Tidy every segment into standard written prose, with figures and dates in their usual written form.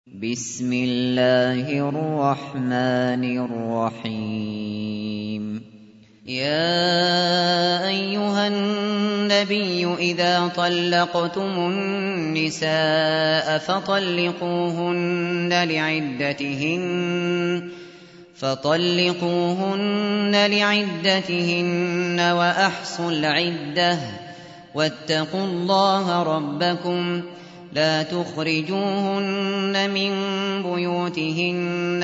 بسم الله الرحمن الرحيم يا أيها النبي إذا طلقتم النساء فطلقوهن لعدتهن وأحصوا العدة واتقوا الله ربكم لا تخرجوهن من بيوتهن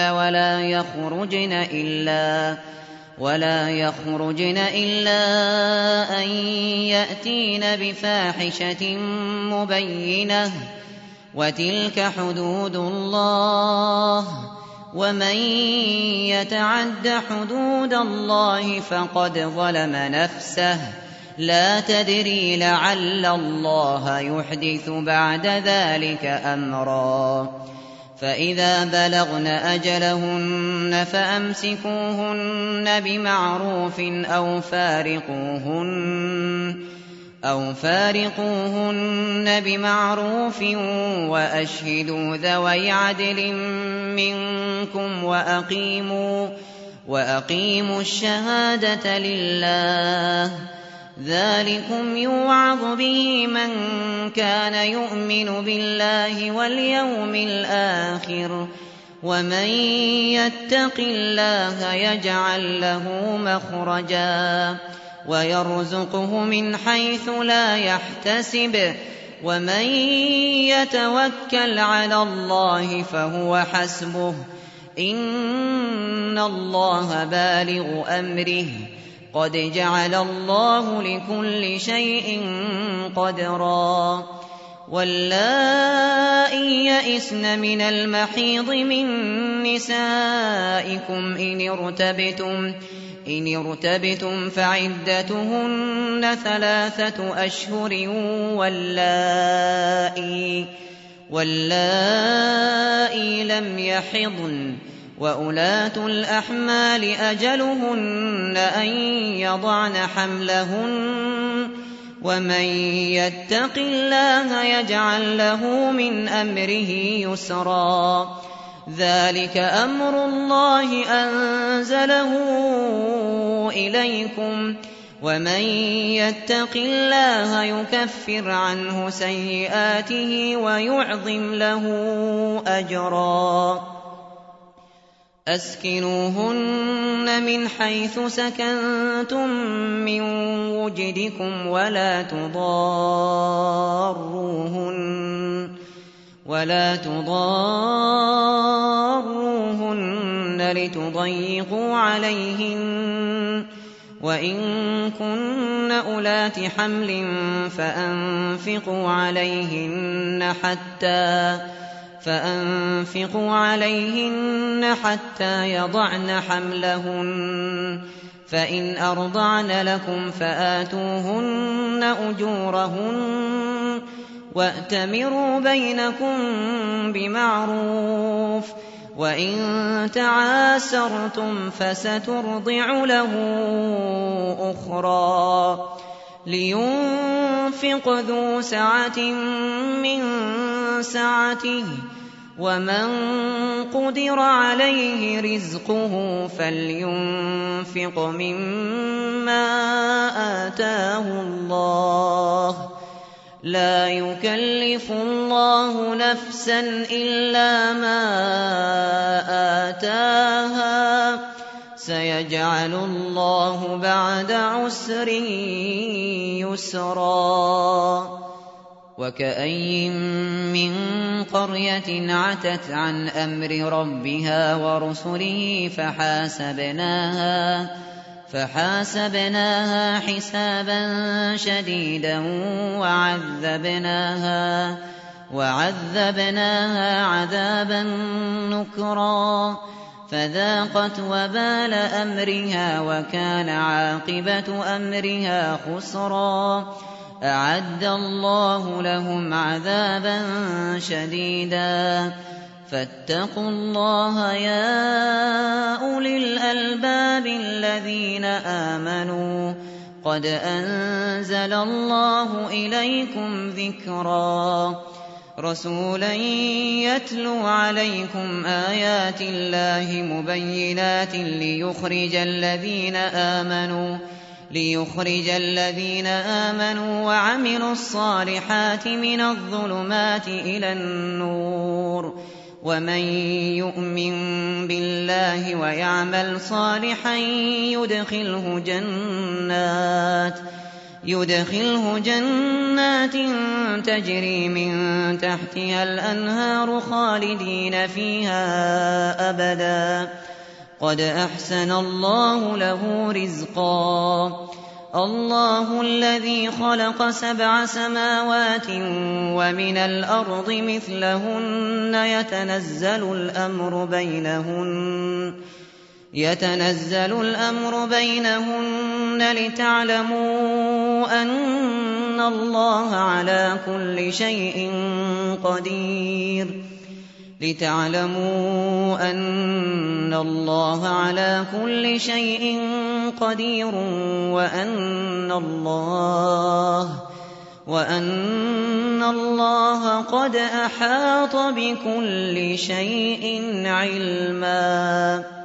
ولا يخرجن إلا أن يأتين بفاحشة مبينة وتلك حدود الله ومن يتعد حدود الله فقد ظلم نفسه لا تدري لعل الله يحدث بعد ذلك أمرا فإذا بلغن أجلهن فأمسكوهن بمعروف أو فارقوهن بمعروف وأشهدوا ذوي عدل منكم وأقيموا الشهادة لله ذلكم يوعظ به من كان يؤمن بالله واليوم الآخر ومن يتق الله يجعل له مخرجا ويرزقه من حيث لا يحتسب ومن يتوكل على الله فهو حسبه إن الله بالغ أمره قد جعل الله لكل شيء قدرا واللائي يئسن من المحيض من نسائكم إن ارتبتم فعدتهن 3 أشهر واللائي لم يحضن وأولاة الأحمال أجلهن أن يضعن حملهن ومن يتق الله يجعل له من أمره يسرا ذلك أمر الله أنزله إليكم ومن يتق الله يكفر عنه سيئاته ويعظم له أجرا أسكنوهن من حيث سكنتم من وجدكم ولا تضاروهن لتضيقوا عليهن وإن كن أولات حمل فأنفقوا عليهن حتى يضعن حملهن فإن أرضعن لكم فآتوهن أجورهن وأتمروا بينكم بمعروف وإن تعاسرتم فسترضع له أخرى لينفق ذو سعة من سعته ومن قدر عليه رزقه فلينفق مما آتاه الله لا يكلف الله نفسا إلا ما آتاها سيجعل الله بعد عسر يسرا وكأين من قرية عتت عن أمر ربها ورسله فحاسبناها حسابا شديدا وعذبناها عذابا نكرا فذاقت وبال أمرها وكان عاقبة أمرها خسرا أعد الله لهم عذابا شديدا فاتقوا الله يا أولي الألباب الذين آمنوا قد أنزل الله إليكم ذكرا رسولا يتلو عليكم آيات الله مبينات ليخرج الذين آمنوا وعملوا الصالحات من الظلمات إلى النور، ومن يؤمن بالله ويعمل صالحا يدخله جنات تجري من تحتها الأنهار خالدين فيها أبدا، قد أحسن الله له رزقا. الله الذي خلق 7 سماوات ومن الأرض مثلهن يتنزل الأمر بينهن لتعلموا أن الله على كل شيء قدير وأن الله قد أحاط بكل شيء علما.